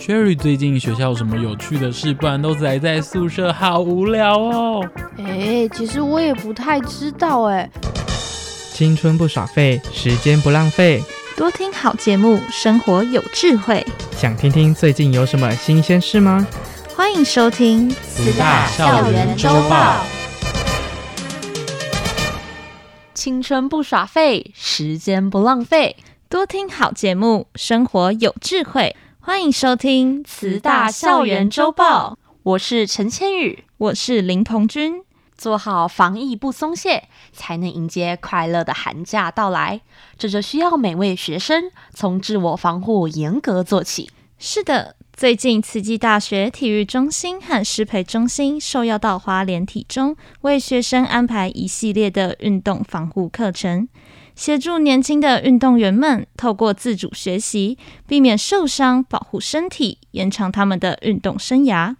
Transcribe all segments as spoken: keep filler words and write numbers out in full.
Cherry 最近学校有什么有趣的事？不然都宅在宿舍好无聊哦。 哎，其实我也不太知道哎。 青春不耍废，时间不浪费， 多听好节目，生活有智慧。 想听听最近有什么新鲜事吗？ 欢迎收听慈大校园周报。 青春不耍废，时间不浪费，多听好节目，生活有智慧。欢迎收听慈大校园周报。 我是陈千羽， 我是林彤君。 做好防疫不松懈，才能迎接快乐的寒假到来。这就需要每位学生从自我防护严格做起。 是的，最近慈济大学体育中心和师培中心受邀到花莲体中，为学生安排一系列的运动防护课程，协助年轻的运动员们透过自主学习，避免受伤，保护身体，延长他们的运动生涯。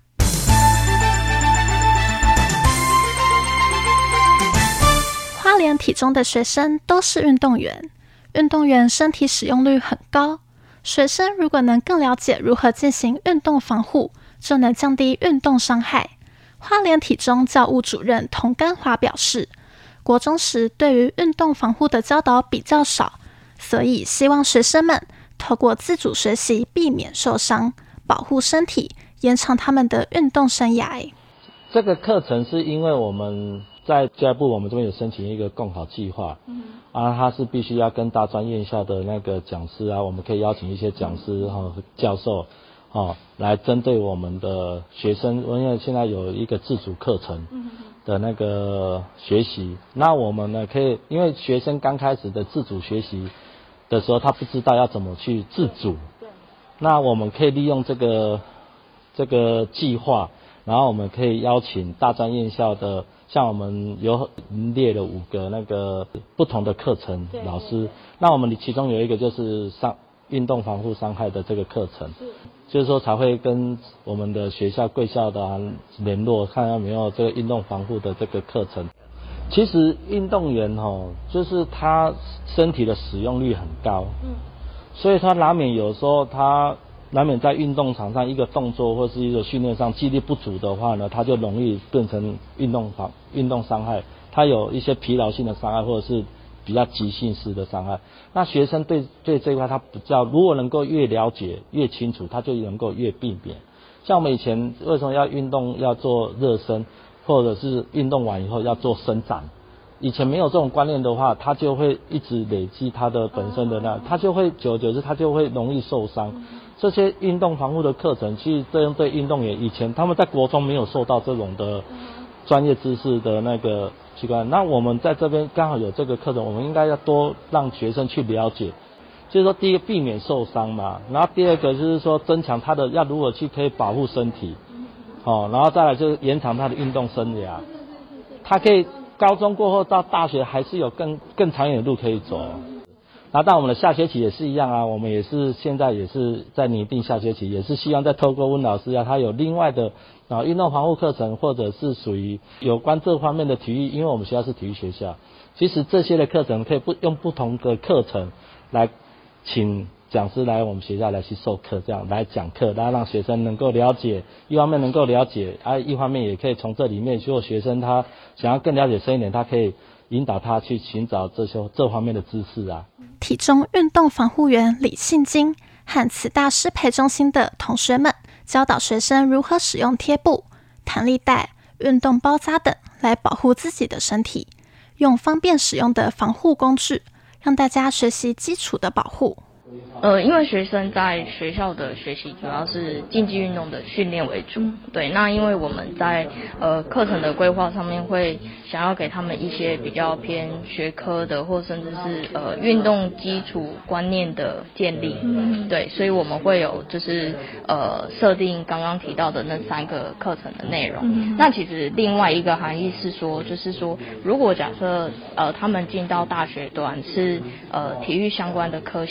花莲体中的学生都是运动员，运动员身体使用率很高。学生如果能更了解如何进行运动防护，就能降低运动伤害。花莲体中教务主任童甘华表示，国中时对于运动防护的教导比较少，所以希望学生们透过自主学习避免受伤，保护身体，延长他们的运动生涯。 这个课程是因为我们在教育部我们这边有申请一个共好计划，嗯，啊，它是必须要跟大专院校的那个讲师啊，我们可以邀请一些讲师哈、哦、教授，哦，来针对我们的学生，因为现在有一个自主课程的那个学习，那我们呢可以，因为学生刚开始的自主学习的时候，他不知道要怎么去自主，那我们可以利用这个这个计划，然后我们可以邀请大专院校的。像我们有列了五个那个不同的课程老师，那我们其中有一个就是伤运动防护伤害的这个课程，就是说才会跟我们的学校贵校的、啊、联络，看有没有这个运动防护的这个课程。其实运动员哦，就是他身体的使用率很高，嗯，所以他难免有时候他。难免在运动场上一个动作或是一个训练上肌力不足的话呢，他就容易变成运动防运动伤害，他有一些疲劳性的伤害或者是比较急性式的伤害。那学生对对这一块他比较，如果能够越了解越清楚，他就能够越避免。像我们以前为什么要运动要做热身，或者是运动完以后要做伸展？以前没有这种观念的话，他就会一直累积他的本身的那，他就会久而久之他就会容易受伤。这些运动防护的课程，其实这样对运动员以前他们在国中没有受到这种的专业知识的那个习惯，那我们在这边刚好有这个课程，我们应该要多让学生去了解，就是说第一个避免受伤嘛，然后第二个就是说增强他的要如何去可以保护身体，哦，然后再来就是延长他的运动生涯，他可以高中过后到大学还是有更更长远的路可以走。那到我们的下学期也是一样啊，我们也是现在也是在拟定下学期，也是希望再透过温老师啊，他有另外的啊运动防护课程，或者是属于有关这方面的体育，因为我们学校是体育学校，其实这些的课程可以不用不同的课程来请讲师来我们学校来去授课，这样来讲课，来让学生能够了解，一方面能够了解，啊，一方面也可以从这里面，如果学生他想要更了解深一点，他可以引导他去寻找这些这方面的知识啊。 体中运动防护员李信金和慈大师培中心的同学们教导学生如何使用贴布、弹力带、运动包扎等来保护自己的身体，用方便使用的防护工具，让大家学习基础的保护。 呃，因为学生在学校的学习主要是竞技运动的训练为主，对。那因为我们在呃课程的规划上面会想要给他们一些比较偏学科的，或甚至是呃运动基础观念的建立，对，所以我们会有就是呃设定刚刚提到的那三个课程的内容。那其实另外一个含义是说，就是说如果假设呃他们进到大学端是呃体育相关的科系，但非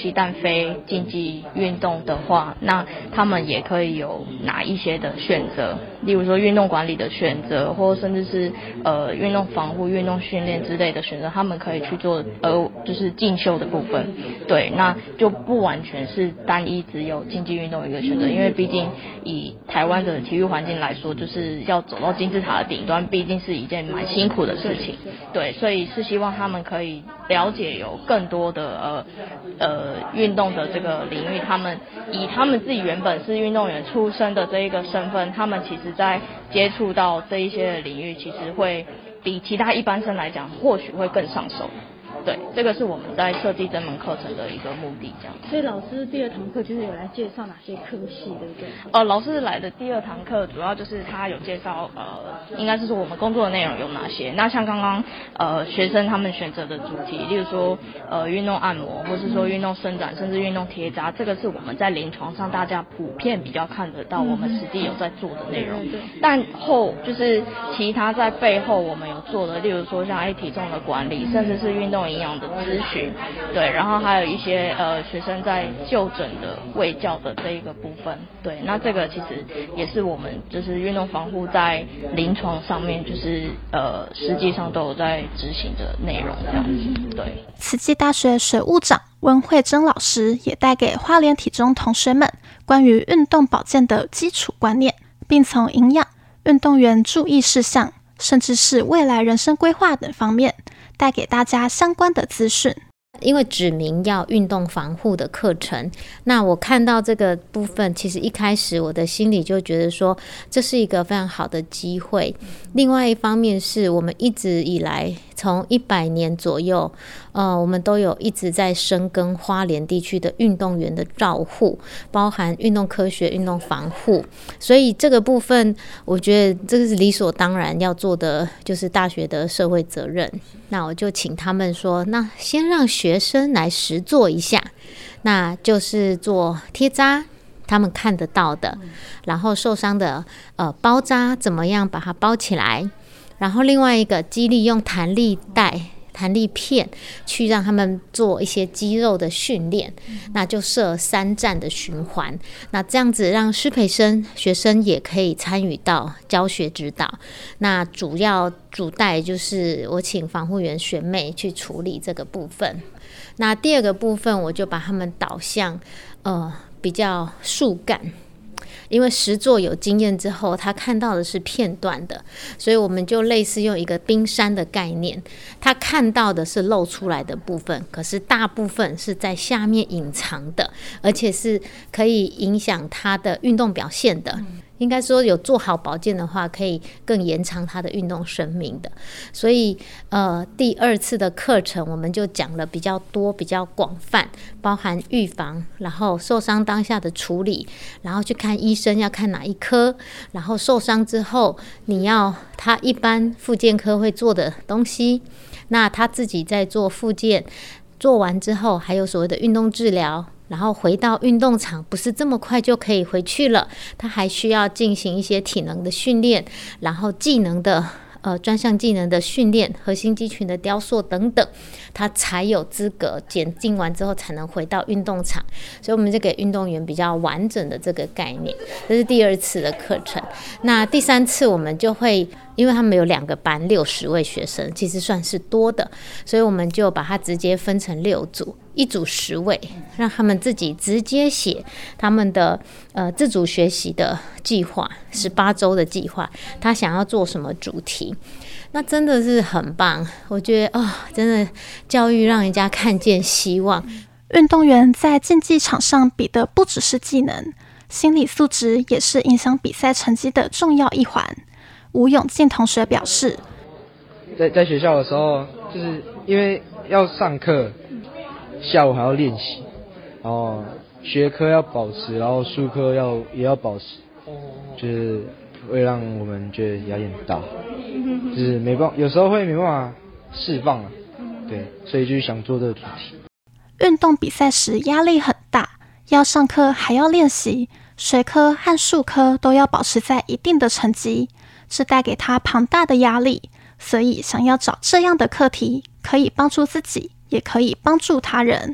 非竞技运动的话，那他们也可以有哪一些的选择，例如说运动管理的选择，或甚至是呃运动防护、运动训练之类的选择，他们可以去做呃就是进修的部分。对，那就不完全是单一只有竞技运动一个选择，因为毕竟以台湾的体育环境来说，就是要走到金字塔的顶端，毕竟是一件蛮辛苦的事情。对，所以是希望他们可以了解有更多的呃呃运动的这个领域，他们以他们自己原本是运动员出身的这一个身份，他们其实在接触到这一些领域，其实会比其他一般生来讲，或许会更上手。对，这个是我们在设计这门课程的一个目的，这样。 所以老师第二堂课就是有来介绍哪些科系，对不对？ 呃，老师来的第二堂课主要就是他有介绍，呃，应该是说我们工作的内容有哪些。那像刚刚呃学生他们选择的主题，例如说呃运动按摩，或是说运动伸展，甚至运动贴扎，这个是我们在临床上大家普遍比较看得到，我们实际有在做的内容。 嗯、 但后就是其他在背后我们有做的，例如说像哎体重的管理，甚至是运动营养的咨询，对，然后还有一些呃学生在就诊的卫教的这一个部分，对，那这个其实也是我们就是运动防护在临床上面就是呃实际上都有在执行的内容这样子，对。 慈济大学水务长温慧珍老师也带给花莲体中同学们关于运动保健的基础观念，并从营养、运动员注意事项，甚至是未来人生规划等方面带给大家相关的资讯。 因为指明要运动防护的课程，那我看到这个部分，其实一开始我的心里就觉得说这是一个非常好的机会。另外一方面是我们一直以来从一百年左右呃，我们都有一直在深耕花莲地区的运动员的照护，包含运动科学、运动防护，所以这个部分我觉得这个是理所当然要做的，就是大学的社会责任。那我就请他们说，那先让学生来实做一下，那就是做贴扎，他们看得到的，然后受伤的呃包扎怎么样把它包起来，然后另外一个肌力用弹力带、弹力片去让他们做一些肌肉的训练，那就设三站的循环，那这样子让师培生学生也可以参与到教学指导。那主要主带就是我请防护员学妹去处理这个部分。那第二个部分我就把他们导向呃比较树干，因为实作有经验之后，他看到的是片段的，所以我们就类似用一个冰山的概念，他看到的是露出来的部分，可是大部分是在下面隐藏的，而且是可以影响他的运动表现的。应该说有做好保健的话，可以更延长他的运动生命的。所以呃，第二次的课程我们就讲了比较多、比较广泛，包含预防，然后受伤当下的处理，然后去看医生要看哪一科，然后受伤之后你要他一般复健科会做的东西，那他自己在做复健做完之后还有所谓的运动治疗，然后回到运动场不是这么快就可以回去了，他还需要进行一些体能的训练，然后技能的呃专项技能的训练，核心肌群的雕塑等等，他才有资格检定完之后才能回到运动场。所以我们就给运动员比较完整的这个概念，这是第二次的课程。那第三次我们就会，因为他们有两个班六十位学生，其实算是多的，所以我们就把它直接分成六组，一组十位，让他们自己直接写他们的呃自主学习的计划，十八周的计划，他想要做什么主题。那真的是很棒，我觉得哦，真的教育让人家看见希望。 运动员在竞技场上比的不只是技能，心理素质也是影响比赛成绩的重要一环。吴永进同学表示， 在在学校的时候，就是因为要上课，下午还要练习，然后学科要保持，然后术科要也要保持，就是会让我们觉得压力很大，就是没办法，有时候会没办法释放啊，对，所以就想做这个主题。 运动比赛时压力很大，要上课还要练习，学科和术科都要保持在一定的成绩，这带给他庞大的压力，所以想要找这样的课题，可以帮助自己，也可以帮助他人。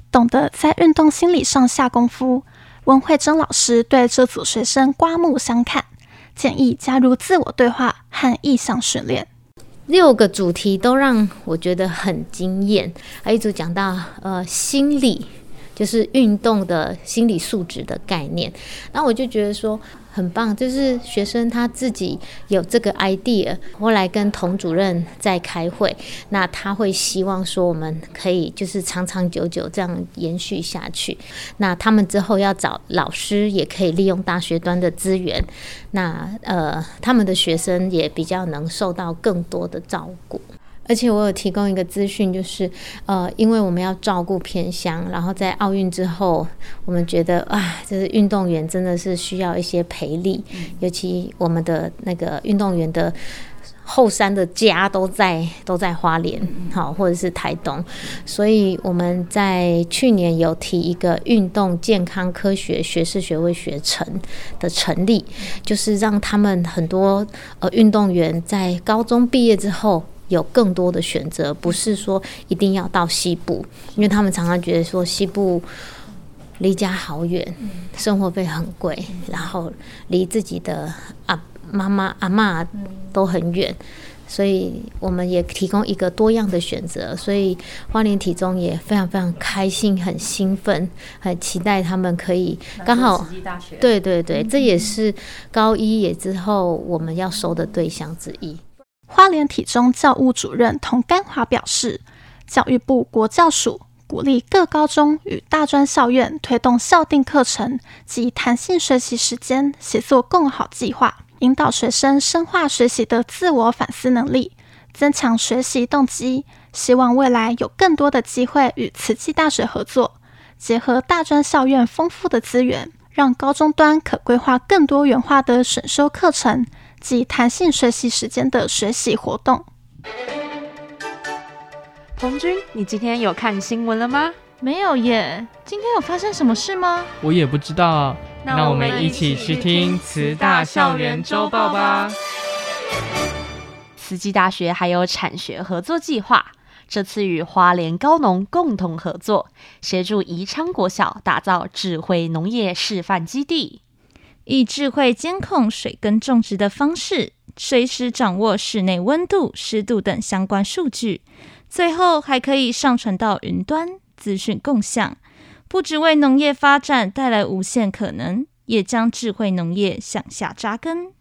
懂得在运动心理上下功夫。温慧珍老师对这组学生刮目相看，建议加入自我对话和意向训练。 六个主题都让我觉得很惊艳，还一组讲到呃心理，就是运动的心理素质的概念。那我就觉得说很棒，就是学生他自己有这个 idea， 后来跟童主任在开会，那他会希望说我们可以就是长长久久这样延续下去。那他们之后要找老师，也可以利用大学端的资源，那呃他们的学生也比较能受到更多的照顾。而且我有提供一个资讯，就是呃，因为我们要照顾偏乡，然后在奥运之后，我们觉得啊，就是运动员真的是需要一些培力，尤其我们的那个运动员的后山的家都在都在花莲，好，或者是台东，所以我们在去年有提一个运动健康科学学士学位学程的成立，就是让他们很多呃运动员在高中毕业之后有更多的选择，不是说一定要到西部，因为他们常常觉得说西部离家好远，生活费很贵，然后离自己的啊妈妈阿嬷都很远，所以我们也提供一个多样的选择，所以花莲体中也非常非常开心，很兴奋，很期待他们可以刚好对对对，这也是高一也之后我们要收的对象之一。 花莲体中教务主任童甘华表示，教育部国教署鼓励各高中与大专校院推动校定课程及弹性学习时间，协作共好计划，引导学生深化学习的自我反思能力，增强学习动机。希望未来有更多的机会与慈济大学合作，结合大专校院丰富的资源，让高中端可规划更多元化的选修课程及弹性学习时间的学习活动。 童君，你今天有看新闻了吗？ 没有耶，今天有发生什么事吗？ 我也不知道。 那我们一起去听慈大校园周报吧。 慈济大学还有产学合作计划，这次与花莲高农共同合作，协助宜昌国小打造智慧农业示范基地， 以智慧监控水耕种植的方式，随时掌握室内温度、湿度等相关数据，最后还可以上传到云端，资讯共享，不只为农业发展带来无限可能，也将智慧农业向下扎根。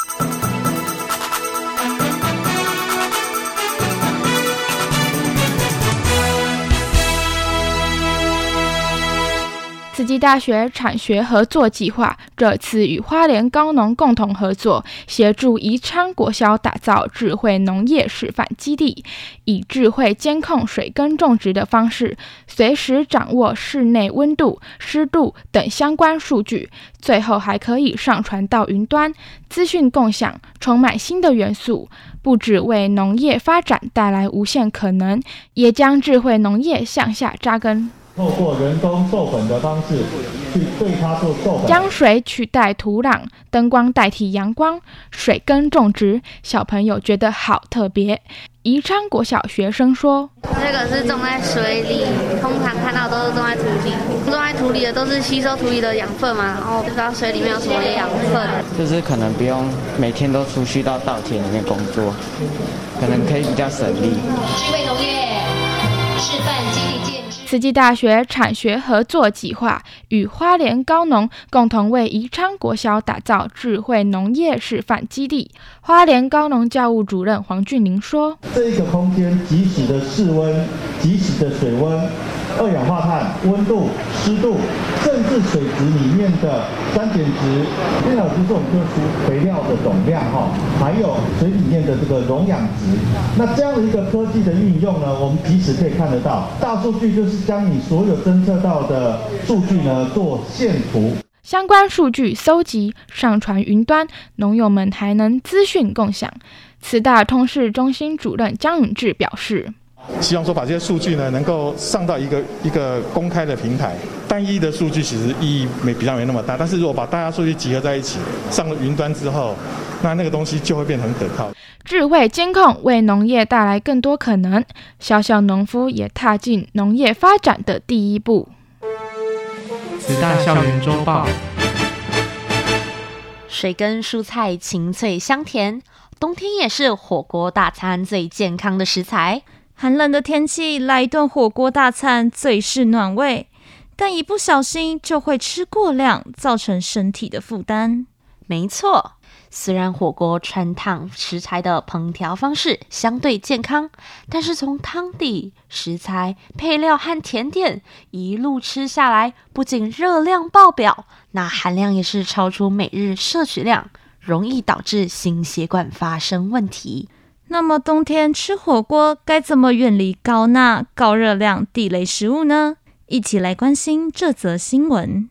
慈济大学产学合作计划这次与花莲高农共同合作，协助宜昌国小打造智慧农业示范基地，以智慧监控水耕种植的方式，随时掌握室内温度、湿度等相关数据，最后还可以上传到云端，资讯共享，充满新的元素，不只为农业发展带来无限可能，也将智慧农业向下扎根。 透过人工授粉的方式去对它做授粉， 将水取代土壤，灯光代替阳光，水耕种植，小朋友觉得好特别。宜昌国小学生说：“ 这个是种在水里，通常看到都是种在土里，种在土里的都是吸收土里的养分嘛，然后不知道水里面有什么养分。 就是可能不用每天都出去到稻田里面工作，可能可以比较省力。” 智慧农业示范基地建。 慈济大学产学合作计划与花莲高农共同为宜昌国小打造智慧农业示范基地。花莲高农教务主任黄俊霖说：“ 这个空间即时的室温、即时的水温、二氧化碳、温度、湿度，甚至水质里面的酸碱值，另外就是我们就出肥料的总量哈，还有水里面的这个溶氧值。那这样的一个科技的运用呢，我们即时可以看得到，大数据就是将你所有侦测到的数据呢做线图。” 相关数据搜集上传云端，农友们还能资讯共享。慈大通识中心主任江允志表示：“ 希望说把这些数据呢能够上到一个一个公开的平台，单一的数据其实意义没比较没那么大，但是如果把大家数据集合在一起，上了云端之后， 那那个东西就会变成很可靠。 智慧监控为农业带来更多可能，小小农夫也踏进农业发展的第一步。 慈大校园周报。 水跟蔬菜清脆香甜，冬天也是火锅大餐最健康的食材。 寒冷的天气来一顿火锅大餐最是暖胃，但一不小心就会吃过量，造成身体的负担。 没错，虽然火锅穿烫食材的烹调方式相对健康，但是从汤底、食材、配料和甜点一路吃下来，不仅热量爆表，钠含量也是超出每日摄取量，容易导致心血管发生问题。 那么冬天吃火锅该怎么远离高钠、高热量地雷食物呢？一起来关心这则新闻。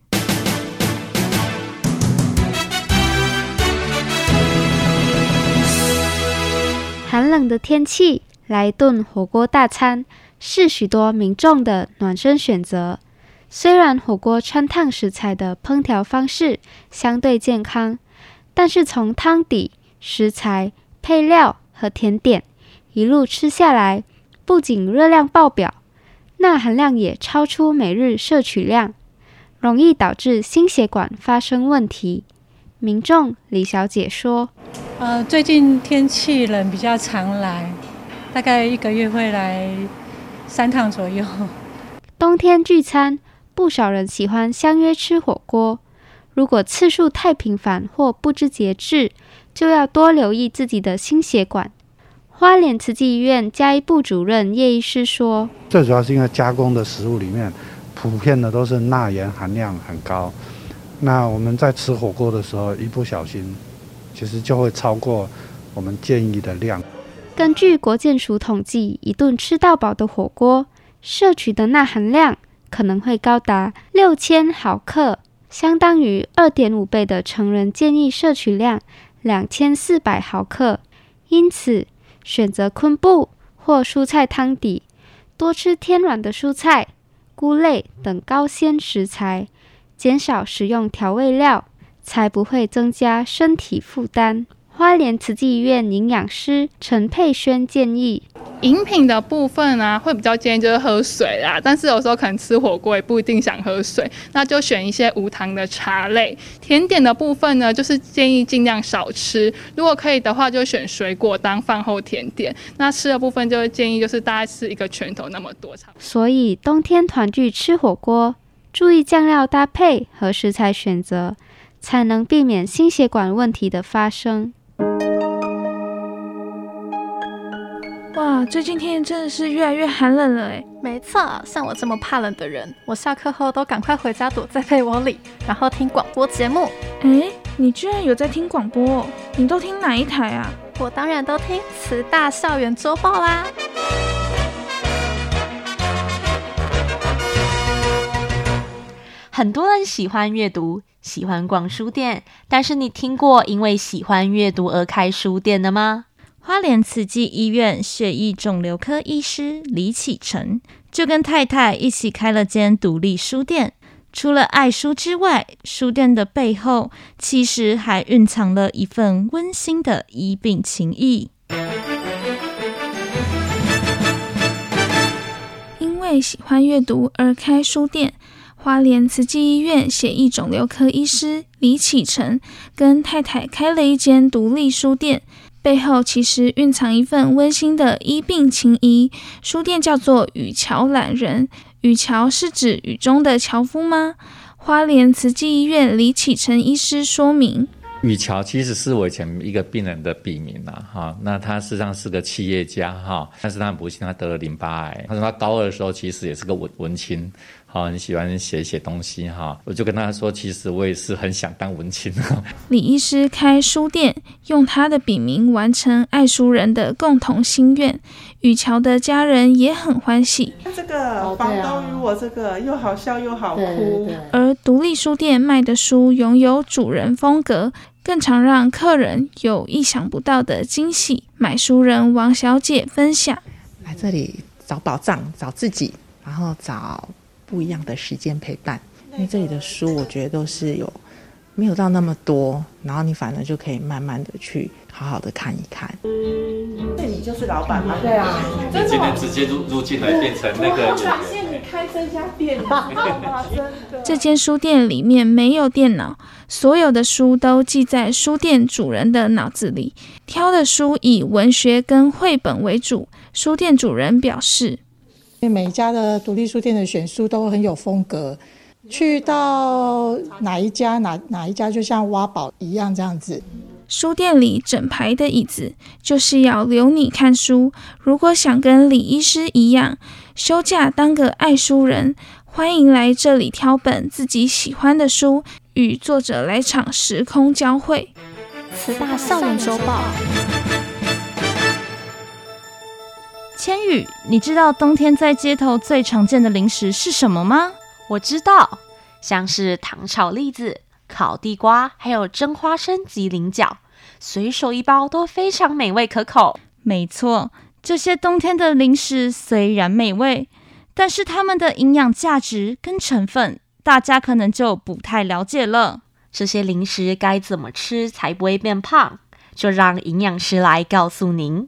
寒冷的天气，来一顿火锅大餐是许多民众的暖身选择。虽然火锅穿烫食材的烹调方式相对健康，但是从汤底、食材、配料和甜点一路吃下来，不仅热量爆表，钠含量也超出每日摄取量，容易导致心血管发生问题。民众李小姐说： 呃，最近天气冷，比较常来，大概一个月会来三趟左右。 冬天聚餐，不少人喜欢相约吃火锅。如果次数太频繁或不知节制，就要多留意自己的心血管。花莲慈济医院家医部主任叶医师说： 最主要是因为加工的食物里面，普遍的都是钠盐含量很高。那我们在吃火锅的时候，一不小心，其实就会超过我们建议的量。 根据国健署统计，一顿吃到饱的火锅，摄取的钠含量可能会高达六千毫克，相当于 二点五 倍的成人建议摄取量两千四百毫克。因此，选择昆布或蔬菜汤底，多吃天然的蔬菜、菇类等高纤食材，减少使用调味料，才不会增加身体负担。花莲慈济医院营养师陈佩萱建议， 饮品的部分啊，会比较建议就是喝水啦，但是有时候可能吃火锅也不一定想喝水，那就选一些无糖的茶类。甜点的部分呢，就是建议尽量少吃，如果可以的话，就选水果当饭后甜点。那吃的部分就建议就是大概吃一个拳头那么多。 所以冬天团聚吃火锅，注意酱料搭配和食材选择，才能避免心血管问题的发生。 哇，最近天气真的是越来越寒冷了哎。 没错，像我这么怕冷的人，我下课后都赶快回家躲在被窝里，然后听广播节目。 哎，你居然有在听广播哦？你都听哪一台啊？ 我当然都听慈大校园周报啦。 很多人喜欢阅读，喜欢逛书店，但是你听过因为喜欢阅读而开书店的吗？ 花莲慈济医院血液肿瘤科医师李启成就跟太太一起开了间独立书店。除了爱书之外，书店的背后其实还蕴藏了一份温馨的医病情谊。 因为喜欢阅读而开书店，花莲慈济医院血液肿瘤科医师李启成跟太太开了一间独立书店，背后其实蕴藏一份温馨的医病情谊。书店叫做雨桥懒人，雨桥是指雨中的樵夫吗？花莲慈济医院李启成医师说明， 雨桥其实是我以前一个病人的笔名啦，哈，那他实际上是个企业家哈，但是他很不幸他得了淋巴癌。他说他高二的时候其实也是个文文青，好，很喜欢写写东西哈。我就跟他说，其实我也是很想当文青。 李医师开书店，用他的笔名完成爱书人的共同心愿。雨桥的家人也很欢喜。 这个房东与我这个又好笑又好哭。 而独立书店卖的书拥有主人风格，更常让客人有意想不到的惊喜。买书人王小姐分享： 来这里找宝藏，找自己，然后找不一样的时间陪伴。因为这里的书，我觉得都是有没有到那么多，然后你反而就可以慢慢的去好好的看一看。 对，你就是老板嘛？ 对啊， 你今天直接入入进来变成那个演员。 发现你开这家店，你知道吗？真的。 这间书店里面没有电脑，所有的书都记在书店主人的脑子里。挑的书以文学跟绘本为主。书店主人表示， 每一家的独立书店的选书都很有风格，去到哪一家哪哪一家就像挖宝一样这样子。 书店里整排的椅子就是要留你看书，如果想跟李医师一样休假当个爱书人，欢迎来这里挑本自己喜欢的书，与作者来场时空交汇。 慈大校园周报。 千羽，你知道冬天在街头最常见的零食是什么吗？ 我知道，像是糖炒栗子、烤地瓜，还有蒸花生及菱角，随手一包都非常美味可口。 没错，这些冬天的零食虽然美味，但是它们的营养价值跟成分，大家可能就不太了解了。 这些零食该怎么吃才不会变胖？就让营养师来告诉您。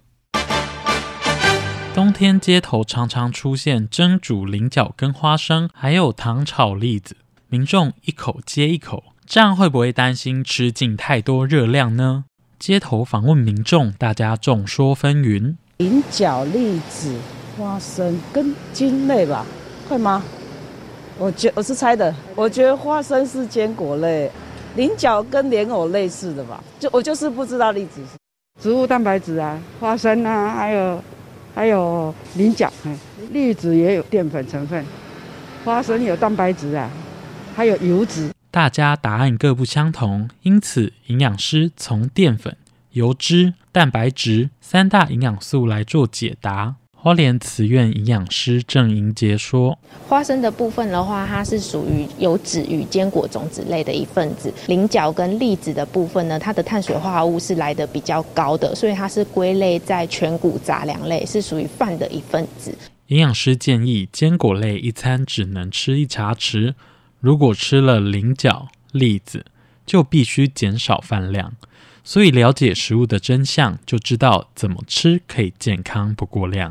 冬天街头常常出现蒸煮菱角跟花生，还有糖炒栗子，民众一口接一口，这样会不会担心吃进太多热量呢？街头访问民众，大家众说纷纭。 菱角、栗子、花生跟茎类吧，会吗？我觉我是猜的，我觉得花生是坚果类，菱角跟莲藕类似的吧，就我就是不知道栗子是植物蛋白质啊，花生啊，还有还有菱角，栗子也有淀粉成分，花生有蛋白质啊，还有油脂。 大家答案各不相同，因此营养师从淀粉、油脂、蛋白质三大营养素来做解答。花莲慈院营养师郑莹洁说， 花生的部分的话，它是属于油脂与坚果种子类的一份子。菱角跟栗子的部分呢，它的碳水化合物是来的比较高的，所以它是归类在全谷杂粮类，是属于饭的一份子。 营养师建议坚果类一餐只能吃一茶匙，如果吃了菱角、栗子，就必须减少饭量。所以了解食物的真相，就知道怎么吃可以健康不过量。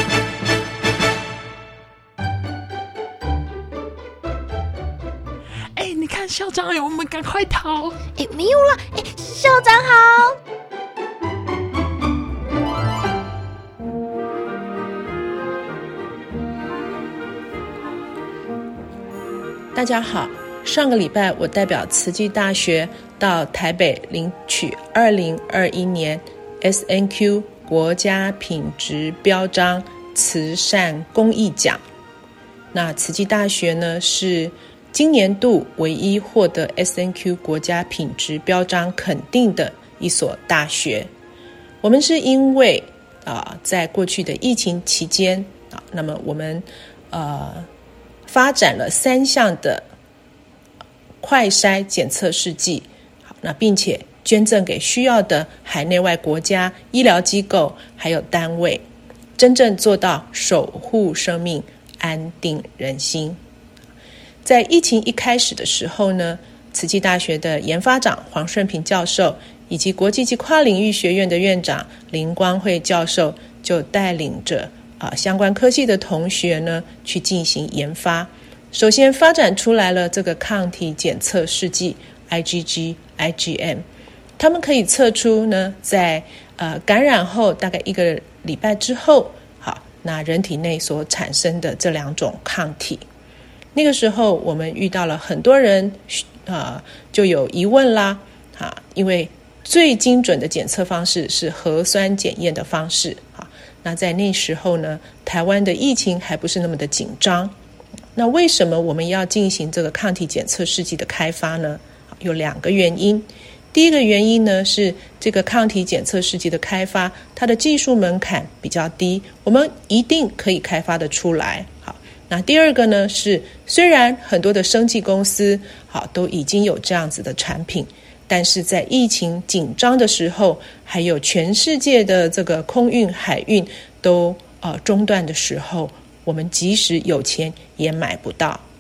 哎，你看校长有，我们赶快逃！ 哎，没有了！哎，校长好。 大家好，上个礼拜我代表慈济大学到台北领取二零二一年 S N Q 国家品质标章慈善公益奖。那慈济大学呢，是今年度唯一获得 S N Q 国家品质标章肯定的一所大学。我们是因为、呃、在过去的疫情期间、啊、那么我们呃发展了三项的快筛检测试剂，好，那并且捐赠给需要的海内外国家、医疗机构还有单位，真正做到守护生命、安定人心。在疫情一开始的时候呢，慈济大学的研发长黄顺平教授以及国际及跨领域学院的院长林光慧教授就带领着、呃、相关科系的同学呢去进行研发。首先发展出来了这个抗体检测试剂 I G G、I G M， 他们可以测出呢，在呃感染后大概一个礼拜之后，好，那人体内所产生的这两种抗体。那个时候我们遇到了很多人，呃，就有疑问啦，啊，因为最精准的检测方式是核酸检验的方式，啊，那在那时候呢，台湾的疫情还不是那么的紧张。那为什么我们要进行这个抗体检测试剂的开发呢？有两个原因。第一个原因呢，是这个抗体检测试剂的开发，它的技术门槛比较低，我们一定可以开发得出来。好，那第二个呢，是虽然很多的生技公司好都已经有这样子的产品，但是在疫情紧张的时候，还有全世界的这个空运海运都呃中断的时候，我们即使有钱也买不到。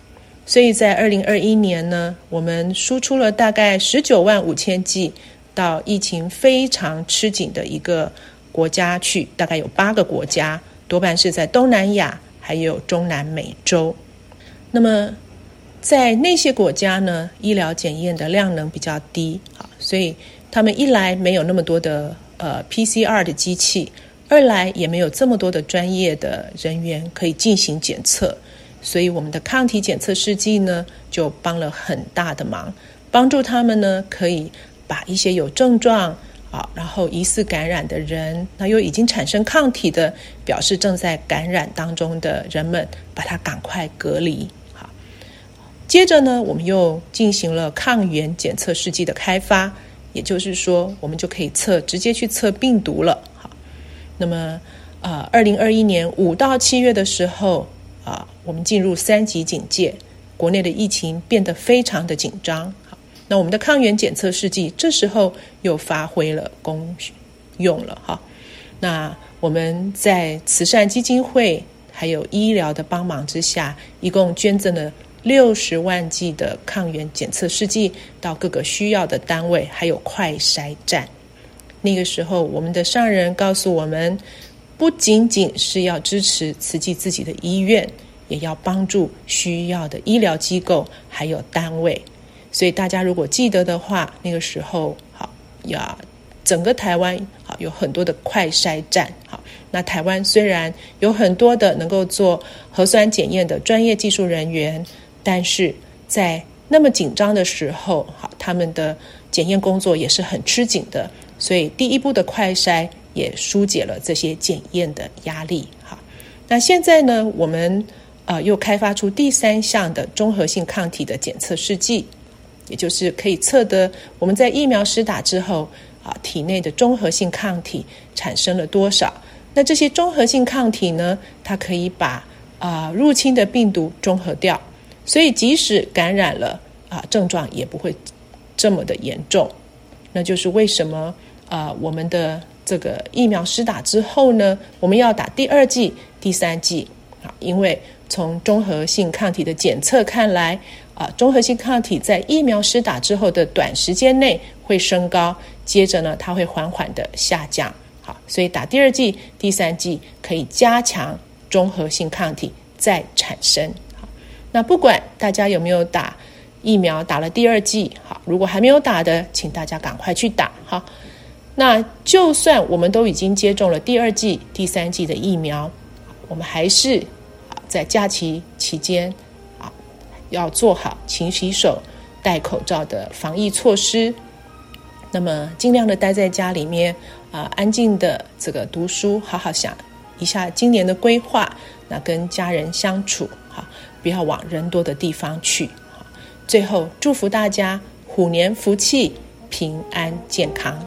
所以在二零二一年呢，我们输出了大概十九万五千剂到疫情非常吃紧的一个国家去，大概有八个国家，多半是在东南亚还有中南美洲。那么在那些国家呢，医疗检验的量能比较低，所以他们一来没有那么多的呃 P C R 的机器，二来也没有这么多的专业的人员可以进行检测，所以我们的抗体检测试剂呢就帮了很大的忙，帮助他们呢可以把一些有症状啊，然后疑似感染的人，那又已经产生抗体的，表示正在感染当中的人们，把它赶快隔离。好，接着呢，我们又进行了抗原检测试剂的开发，也就是说，我们就可以测直接去测病毒了。好，那么呃，二零二一年五到七月的时候啊、呃，我们进入三级警戒，国内的疫情变得非常的紧张。那我们的抗原检测试剂这时候又发挥了功用了哈。那我们在慈善基金会还有医疗的帮忙之下，一共捐赠了六十万剂的抗原检测试剂到各个需要的单位，还有快筛站。那个时候我们的上人告诉我们，不仅仅是要支持慈济自己的医院，也要帮助需要的医疗机构还有单位。所以大家如果记得的话，那个时候好呀，整个台湾好有很多的快筛站。好，那台湾虽然有很多的能够做核酸检验的专业技术人员，但是在那么紧张的时候，好，他们的检验工作也是很吃紧的，所以第一步的快筛也疏解了这些检验的压力。好，那现在呢，我们呃又开发出第三项的综合性抗体的检测试剂。也就是可以测得我们在疫苗施打之后啊，体内的综合性抗体产生了多少。那这些综合性抗体呢，它可以把啊入侵的病毒中和掉，所以即使感染了啊，症状也不会这么的严重。那就是为什么啊我们的这个疫苗施打之后呢，我们要打第二剂、第三剂啊，因为从综合性抗体的检测看来啊，综合性抗体在疫苗施打之后的短时间内会升高，接着呢，它会缓缓的下降。好，所以打第二剂、第三剂可以加强综合性抗体再产生。好，那不管大家有没有打疫苗，打了第二剂，好，如果还没有打的，请大家赶快去打。好，那就算我们都已经接种了第二剂、第三剂的疫苗，我们还是在假期期间要做好勤洗手、戴口罩的防疫措施。那么尽量的待在家里面啊、呃，安静的这个读书，好好想一下今年的规划，那跟家人相处，好，不要往人多的地方去。好，最后祝福大家虎年福气、平安健康。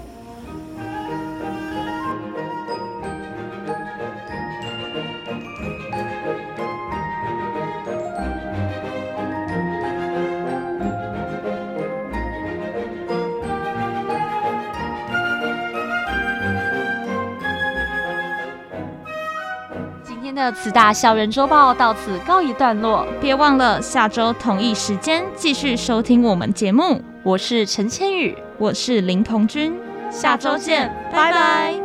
的慈大校园周报到此告一段落， 别忘了下周同一时间继续收听我们节目。 我是陈千羽， 我是林彤君，下周见，拜拜。